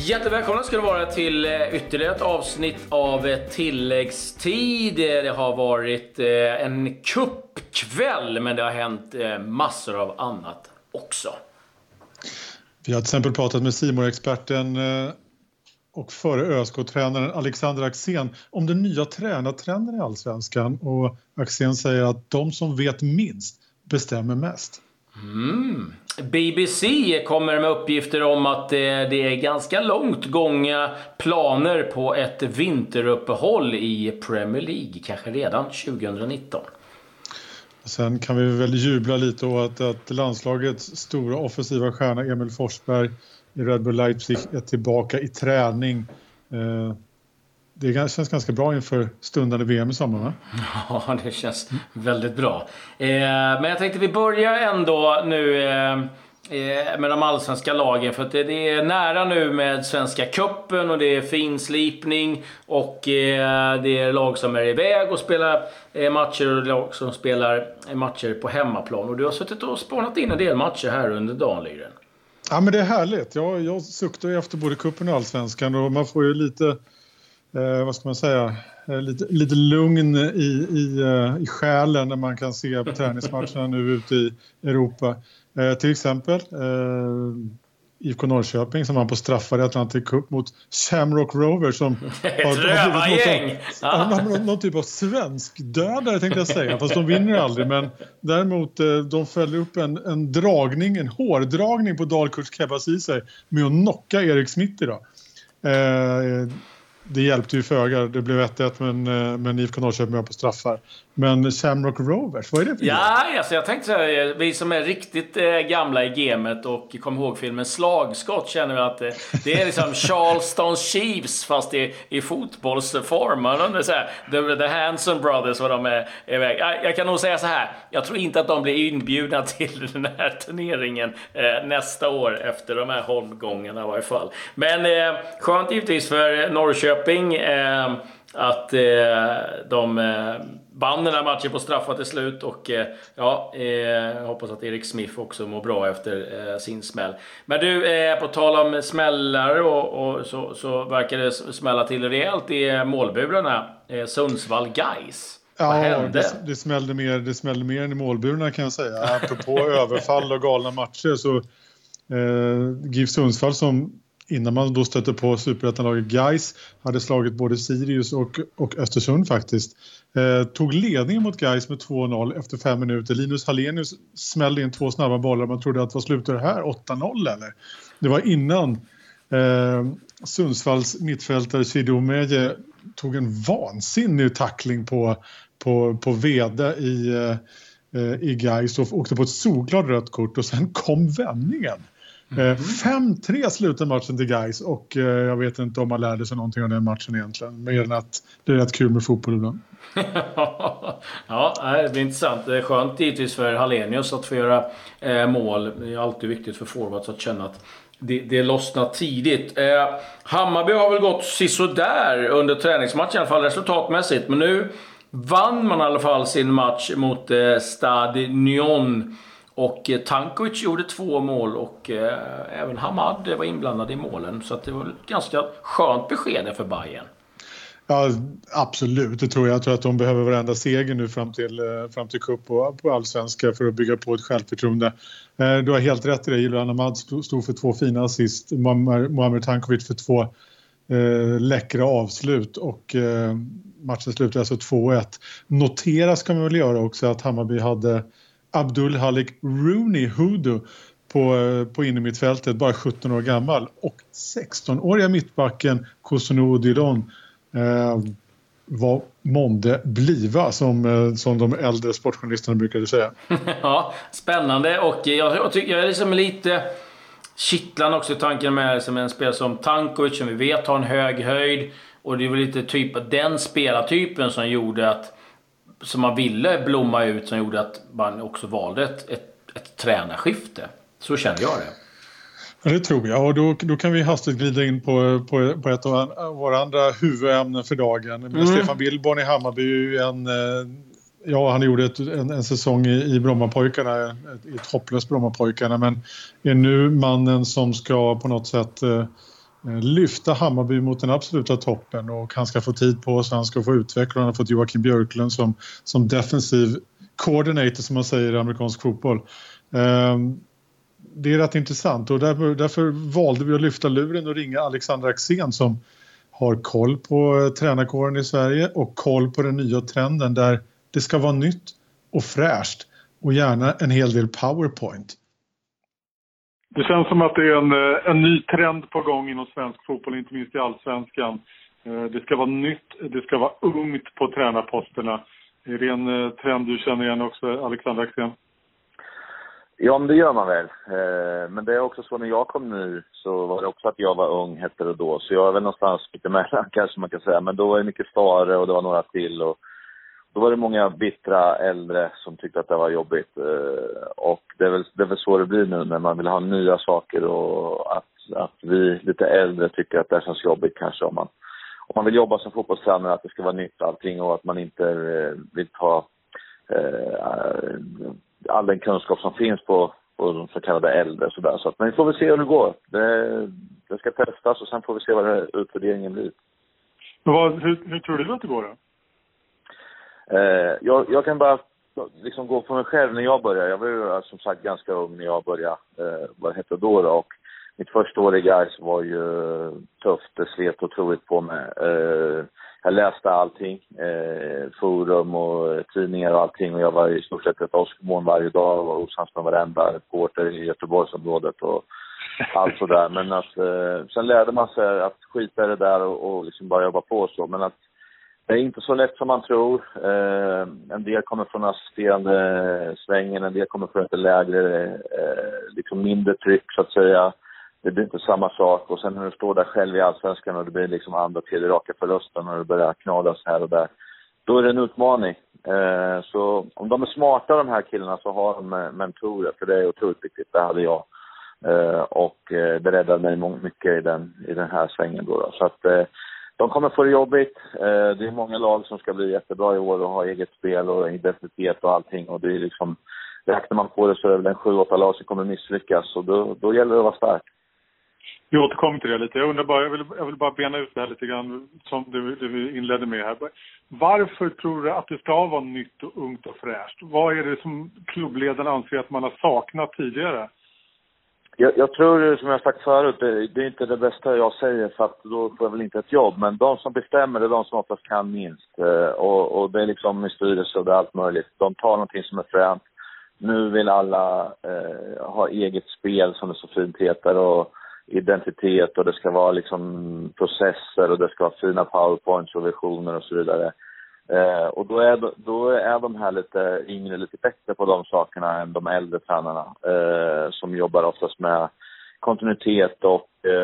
Hjärtligt välkomna ska det vara till ytterligare ett avsnitt av tilläggstid. Det har varit en cupkväll, men det har hänt massor av annat också. Vi har till exempel pratat med Simor-experten och före ÖSK-tränaren Alexander Axén om den nya tränartrenden i Allsvenskan. Och Axén säger att de som vet minst bestämmer mest. BBC kommer med uppgifter om att det är ganska långt gångna planer på ett vinteruppehåll i Premier League, kanske redan 2019. Sen kan vi väl jubla lite åt att landslagets stora offensiva stjärna Emil Forsberg i Red Bull Leipzig är tillbaka i träning. Det känns ganska bra inför stundande VM i sommar, va? Ja, det känns väldigt bra. Men jag tänkte vi börjar ändå nu med de allsvenska lagen. För att det är nära nu med Svenska cupen och det är finslipning. Och det är lag som är iväg och spelar matcher och lag som spelar matcher på hemmaplan. Och du har suttit och spånat in en del matcher här under dagen, Lygren. Ja, men det är härligt. Jag suktar ju efter både cupen och allsvenskan och man får ju lite... vad ska man säga, lite lugn i själen när man kan se på träningsmatcherna nu ute i Europa. Till exempel IFK Norrköping som var på straffar i Atlantic Cup mot Shamrock Rovers som har någon typ av svensk dödare, tänkte jag säga, fast de vinner aldrig, men däremot de följer upp en hårdragning på Dalkurds Kebasisei med att knocka Erik Smith idag. Det hjälpte ju föga. Det blev 1-1 men IFK Norrköping var på straffar. Men Shamrock Rovers, vad är det för alltså jag tänkte så här, vi som är riktigt gamla i gamet och kommer ihåg filmen Slagskott känner vi att det är liksom Charleston Chiefs fast i fotbollsform. The Hanson Brothers, vad de är iväg. Jag kan nog säga så här, jag tror inte att de blir inbjudna till den här turneringen nästa år efter de här hållgångarna i varje fall. Men skönt givetvis för Norrköping att de vann den här matchen på straffar till slut. Och jag hoppas att Erik Smith också mår bra efter sin smäll. Men du, på tal om smällar och så verkar det smälla till rejält i målburarna. Sundsvall Gais. Vad hände? Det smällde mer än i målburarna, kan jag säga. Apropå överfall och galna matcher så GIF Sundsvall, som innan man då stötte på superettanlaget Gais, hade slagit både Sirius och Östersund faktiskt. Tog ledningen mot Gais med 2-0 efter 5 minuter. Linus Hallenius smällde in 2 snabba bollar. Man trodde att vad slutar det här? 8-0 eller? Det var innan Sundsvalls mittfältare Sido Meje tog en vansinnig tackling på Veda i Gais och åkte på ett solklart rött kort, och sen kom vändningen. 5-3 slutade matchen till Gais, och jag vet inte om man lärde sig någonting av den matchen egentligen, mer än att det är rätt kul med fotboll ibland. Ja, det blir intressant. Det är skönt givetvis för Hallenius att få göra mål. Det är alltid viktigt för forwards att känna att det lossnar tidigt. Hammarby har väl gått sisådär under träningsmatchen, i alla fall resultatmässigt, men nu vann man i alla fall sin match mot Stade Nyon. Och Tankovic gjorde 2 mål och även Hamad var inblandad i målen. Så att det var ett ganska skönt besked för Bayern. Ja, absolut. Det tror jag. Jag tror att de behöver varenda seger nu fram till cup på allsvenska för att bygga på ett självförtroende. Du har helt rätt i det. Julian Hamad stod för 2 fina assist. Muamer Tankovic för 2 läckra avslut. Och matchen slutade alltså 2-1. Notera ska man väl göra också att Hammarby hade Abdul Halik Rooney Hudu på innermittfältet, bara 17 år gammal, och 16-åriga mittbacken Kosunu Odilon vad månde bliva, som de äldre sportjournalisterna brukade säga. Ja, spännande, och jag tycker jag är liksom lite kittlande också i tanken med som en spelare som Tankovic, som vi vet har en hög höjd, och det är väl lite typ den spelartypen som gjorde att, som man ville blomma ut, som gjorde att man också valde ett tränarskifte. Så känner jag det. Ja, det tror jag. Och då kan vi hastigt glida in på ett av våra andra huvudämnen för dagen. Stefan Billborn i Hammarby, han gjorde en säsong i Brommapojkarna, ett hopplöst Brommapojkarna, men är nu mannen som ska på något sätt lyfta Hammarby mot den absoluta toppen, och han ska få tid på sig, han ska få utveckla. Han har fått Joakim Björklund som defensiv coordinator, som man säger i amerikansk fotboll. Det är rätt intressant, och därför valde vi att lyfta luren och ringa Alexander Axén, som har koll på tränarkåren i Sverige och koll på den nya trenden där det ska vara nytt och fräscht och gärna en hel del PowerPoint. Det känns som att det är en ny trend på gång inom svensk fotboll, inte minst i allsvenskan. Det ska vara nytt, det ska vara ungt på tränarposterna. Är det en trend du känner igen också, Alexander Axén? Ja, men det gör man väl. Men det är också så, när jag kom nu så var det också att jag var ung, hette det då. Så jag är väl någonstans lite mellan, kanske man kan säga. Men då var det mycket Stare och det var några till. Och då var det många bittra äldre som tyckte att det var jobbigt. Och det är väl så det blir nu när man vill ha nya saker. Och att vi lite äldre tycker att det känns jobbigt kanske om man vill jobba som fotbollstränare, att det ska vara nytt allting och att man inte vill ta all den kunskap som finns på de så kallade äldre. Så att, men vi får väl se hur det går. Det ska testas och sen får vi se vad utvärderingen blir. Men hur tror du att det går då? Jag kan bara liksom gå på mig själv när jag började. Jag var ju som sagt ganska ung när jag började. Vad hette det då? Och mitt första år i Gais var ju tufft. Det slet otroligt på mig. Jag läste allting. Forum och tidningar och allting. Och jag var i stort sett ett åskmån varje dag. Och var osams med varenda reporter i Göteborgsområdet och allt sådär. Men att sen lärde man sig att skita i det där och liksom bara jobba på så. Men att det är inte så lätt som man tror. En del kommer från assisterande svängen. En del kommer från ett lägre, liksom mindre tryck så att säga. Det blir inte samma sak. Och sen när du står där själv i allsvenskan och det blir liksom andra till raka förlusten och det börjar knadas här och där. Då är det en utmaning. Så om de är smarta de här killarna så har de mentorer. För det är otroligt viktigt. Det hade jag. Och det räddade mig mycket i den här svängen då. Så att de kommer få det jobbigt. Det är många lag som ska bli jättebra i år och ha eget spel och identitet och allting. Och det är liksom, räknar man på det så är det en 7-8 lag som kommer misslyckas. Och då gäller det att vara stark. Vi återkommer till det lite. Jag vill bara bena ut det här lite grann som det vi inledde med här. Varför tror du att det ska vara nytt och ungt och fräscht? Vad är det som klubbledaren anser att man har saknat tidigare? Jag tror, som jag sagt förut, det är inte det bästa jag säger för att då får jag väl inte ett jobb. Men de som bestämmer är de som oftast kan minst. Och det är liksom i styrelse och det är allt möjligt. De tar någonting som är fränt. Nu vill alla ha eget spel som det så fint heter och identitet och det ska vara liksom processer och det ska vara fina powerpoints och visioner och så vidare. Och då är de här lite yngre, lite bättre på de sakerna än de äldre tränarna som jobbar oftast med kontinuitet och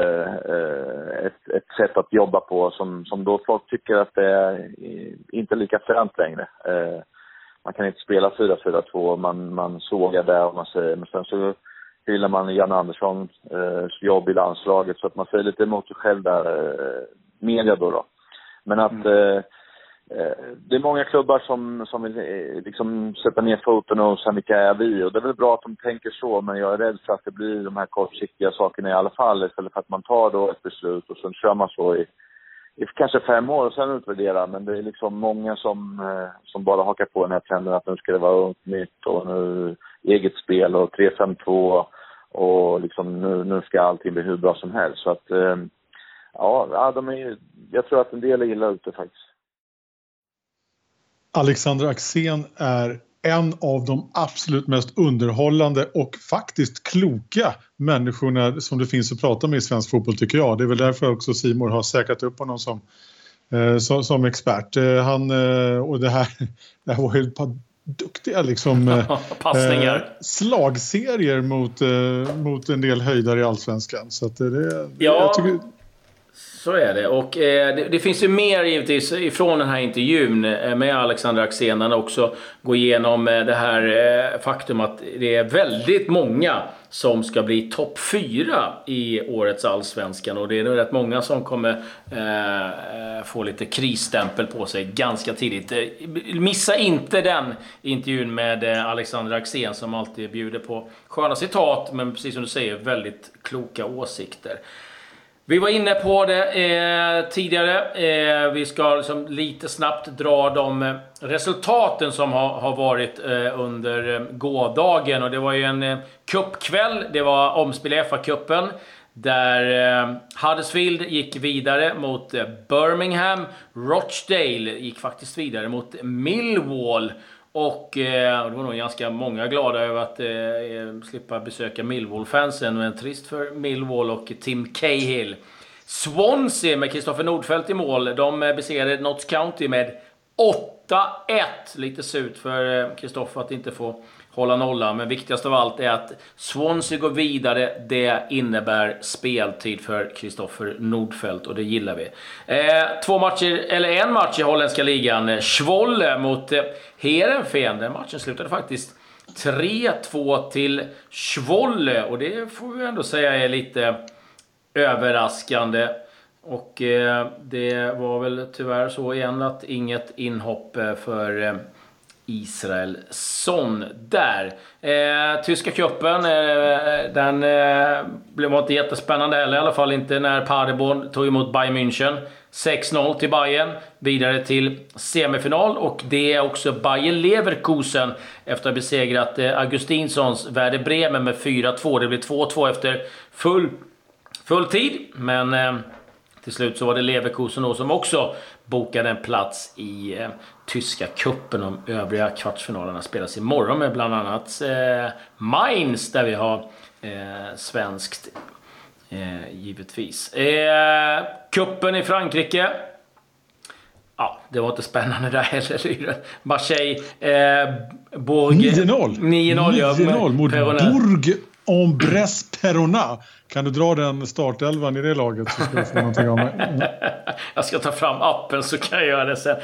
ett sätt att jobba på som då folk tycker att det är inte lika fränt längre. Man kan inte spela 4-4-2, man sågar där och man säger, men sen så gillar man Jan Anderssons jobb i landslaget så att man säger lite emot sig själv där, media då. Men att det är många klubbar som vill liksom sätta ner foten och sen vilka är vi. Och det är väl bra att de tänker så, men jag är rädd för att det blir de här kortsiktiga sakerna i alla fall. Istället för att man tar då ett beslut och sen kör man så i kanske 5 år och sen utvärderar. Men det är liksom många som bara hakar på den här trenden att nu ska det vara ungt nytt och nu eget spel och 3-5-2 och liksom nu ska allting bli hur bra som helst. Så att jag tror att en del är illa ute faktiskt. Alexander Axén är en av de absolut mest underhållande och faktiskt kloka människorna som det finns att prata med i svensk fotboll, tycker jag. Det är väl därför också Simor har säkrat upp honom som expert. Och det här var ju ett par duktiga liksom, slagserier mot en del höjdare i allsvenskan. Så att jag tycker... Så är det. Och det finns ju mer givetvis ifrån den här intervjun med Alexander Axén. Han också går igenom det här faktum att det är väldigt många som ska bli topp 4 i årets allsvenskan. Och det är nog rätt många som kommer få lite krisstämpel på sig ganska tidigt. Missa inte den intervjun med Alexander Axén som alltid bjuder på sköna citat. Men precis som du säger, väldigt kloka åsikter. Vi var inne på det tidigare. Vi ska liksom lite snabbt dra de resultaten som har varit under gårdagen. Och det var ju en cupkväll. Det var omspel i FA-cupen. Där Huddersfield gick vidare mot Birmingham. Rochdale gick faktiskt vidare mot Millwall. Och det var nog ganska många glada över att slippa besöka Millwall-fansen. Men trist för Millwall och Tim Cahill. Swansea med Kristoffer Nordfeldt i mål. De besegrade Notts County med 8-1. Lite surt för Kristoffer att inte få hålla nollan. Men viktigast av allt är att Swansea går vidare. Det innebär speltid för Kristoffer Nordfeldt. Och det gillar vi. En match i holländska ligan. Zwolle mot Heerenveen. Den matchen slutade faktiskt 3-2 till Zwolle. Och det får vi ändå säga är lite överraskande. Och det var väl tyvärr så igen att inget inhopp för Israelsson där. Tyska cupen, den blev inte jättespännande heller, i alla fall inte när Paderborn tog emot Bayern München. 6-0 till Bayern, vidare till semifinal, och det är också Bayer Leverkusen efter att ha besegrat Augustinssons Werder Bremen med 4-2. Det blev 2-2 efter full tid, men till slut så var det Leverkusen då som också bokade en plats i tyska cupen. De övriga kvartsfinalerna spelas imorgon med bland annat Mainz, där vi har svenskt givetvis. Cupen i Frankrike. Ja, det var inte spännande där heller. Marseille, Bourg 9-0 mot Bourg en Bresse-Perona. Kan du dra den startelvan i det laget så ska du få någonting av mig. Jag ska ta fram appen så kan jag göra det sen.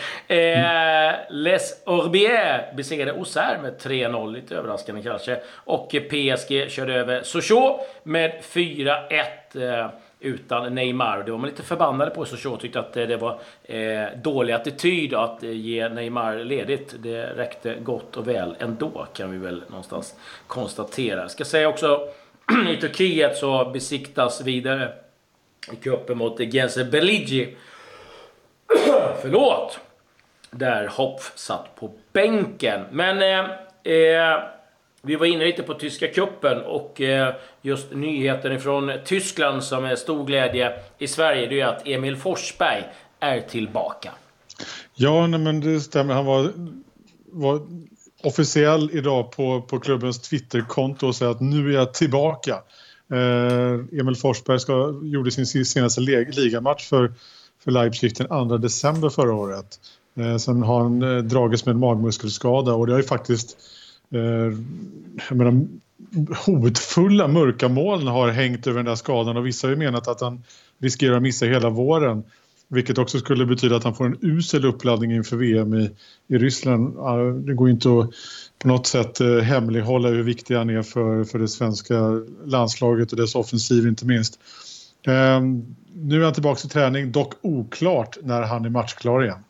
Les Orbières besegrade Auxerre med 3-0, lite överraskande kanske. Och PSG körde över Sochaux med 4-1 utan Neymar. Det var man lite förbannade på. Sochaux tyckte att det var dålig attityd att ge Neymar ledigt. Det räckte gott och väl ändå, kan vi väl någonstans konstatera. Jag ska säga också, i Turkiet så besiktas vidare i cupen mot Gençler Birliği. Förlåt. Där Hopf satt på bänken. Men vi var inne lite på tyska cupen, och just nyheten från Tyskland som är stor glädje i Sverige, det är att Emil Forsberg är tillbaka. Ja, nej, men det stämmer. Han var officiell idag på klubbens Twitterkonto och säger att nu är jag tillbaka. Emil Forsberg gjorde sin senaste ligamatch för Leipzig den 2 december förra året. Sen har han dragits med en magmuskelskada, och det har ju faktiskt hotfulla mörka moln har hängt över den där skadan, och vissa har ju menat att han riskerar att missa hela våren, vilket också skulle betyda att han får en usel uppladdning inför VM i Ryssland. Det går inte att på något sätt hemlighålla hur viktig han är för det svenska landslaget och dess offensiv inte minst. Nu är han tillbaka till träning, dock oklart när han är matchklar igen.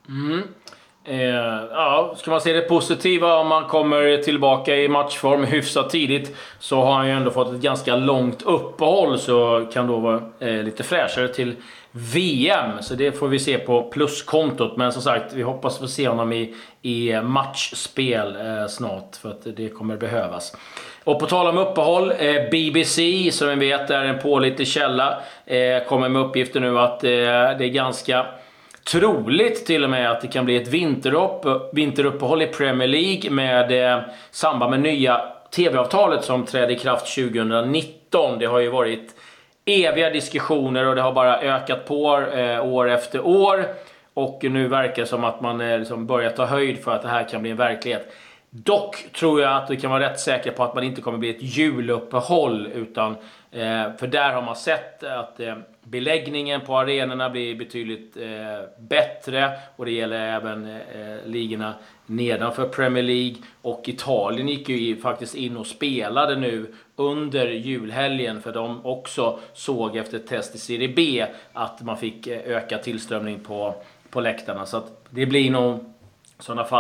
Ja, ska man se det positiva, om man kommer tillbaka i matchform hyfsat tidigt, så har han ju ändå fått ett ganska långt uppehåll, så kan då vara lite fräschare till VM. Så det får vi se på pluskontot. Men som sagt, vi hoppas få se honom i matchspel snart, för att det kommer behövas. Och på tal om uppehåll, BBC som vi vet är en pålitlig källa, kommer med uppgifter nu att det är ganska troligt till och med att det kan bli ett vinteruppehåll i Premier League med samband med nya tv-avtalet som trädde i kraft 2019. Det har ju varit eviga diskussioner och det har bara ökat på år efter år. Och nu verkar det som att man liksom börjar ta höjd för att det här kan bli en verklighet. Dock tror jag att du kan vara rätt säker på att man inte kommer bli ett juluppehåll, utan för där har man sett att beläggningen på arenorna blir betydligt bättre, och det gäller även ligorna nedanför Premier League. Och Italien gick ju faktiskt in och spelade nu under julhelgen, för de också såg efter ett test i Serie B att man fick öka tillströmning på läktarna. Så att det blir nog i sådana fall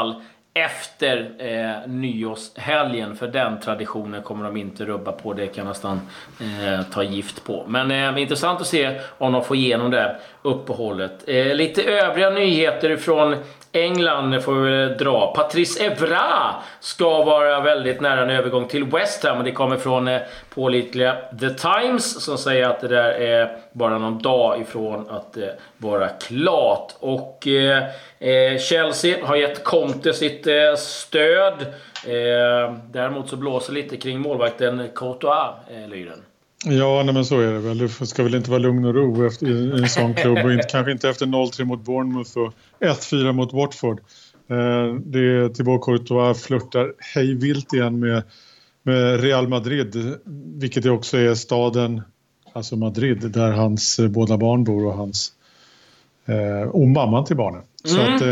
efter nyårshelgen, för den traditionen kommer de inte rubba på. Det kan nästan ta gift på. Men det är intressant att se om de får igenom det uppehållet. Lite övriga nyheter från England får vi dra. Patrice Evra ska vara väldigt nära en övergång till West Ham. Det kommer från pålitliga The Times som säger att det där är bara någon dag ifrån att vara klart. Och Chelsea har gett Conte sitt stöd. Däremot så blåser lite kring målvakten Courtois, Lyren. Ja, men så är det väl. Det ska väl inte vara lugn och ro efter, i en sån klubb. Och kanske inte efter 0-3 mot Bournemouth och 1-4 mot Watford. Thibaut Courtois flörtar hejvilt igen med Real Madrid. Vilket också är staden, alltså Madrid, där hans båda barn bor och hans och mamman till barnen. Så att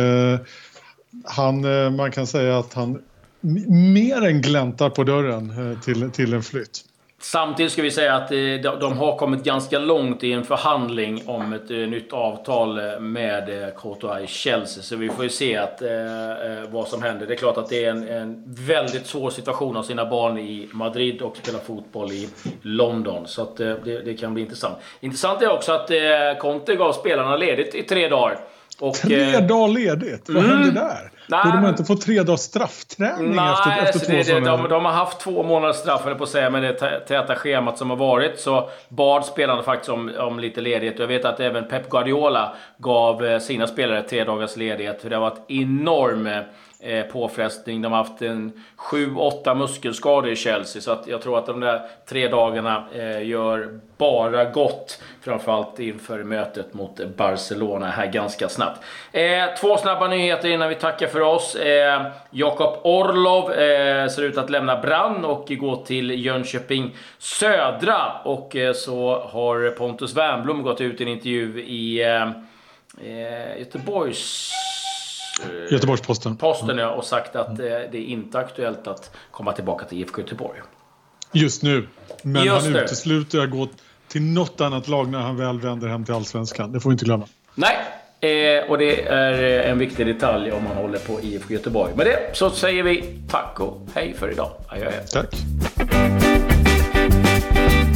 man kan säga att han mer än gläntar på dörren till en flytt. Samtidigt ska vi säga att de har kommit ganska långt i en förhandling om ett nytt avtal med Courtois i Chelsea. Så vi får ju se vad som händer. Det är klart att det är en väldigt svår situation av sina barn i Madrid och spela fotboll i London. Så att det kan bli intressant. Intressant är också att Conte gav spelarna ledigt i 3 dagar. Och, 3 dagar ledigt? Vad hände där? Borde man inte få 3 dagars straffträning efter 2 sådana? De har haft 2 månaders straff, eller på att säga, med det täta schemat som har varit. Så bad spelarna faktiskt om lite ledighet. Jag vet att även Pep Guardiola gav sina spelare 3 dagars ledighet. För det har varit enorm påfrestning. De har haft 7-8 muskelskador i Chelsea. Så att jag tror att de där 3 dagarna gör bara gott. Framförallt inför mötet mot Barcelona här ganska snabbt. 2 snabba nyheter innan vi tackar för oss. Jakob Orlov ser ut att lämna Brann och gå till Jönköping Södra. Och så har Pontus Wernbloom gått ut i en intervju i Göteborgs-Posten. Och sagt att det är inte aktuellt att komma tillbaka till IFK Göteborg. Just nu. Men han utesluter att gå till något annat lag när han väl vänder hem till Allsvenskan. Det får vi inte glömma. Nej, och det är en viktig detalj om man håller på IFK Göteborg. Med det så säger vi tack och hej för idag. Adjö. Tack.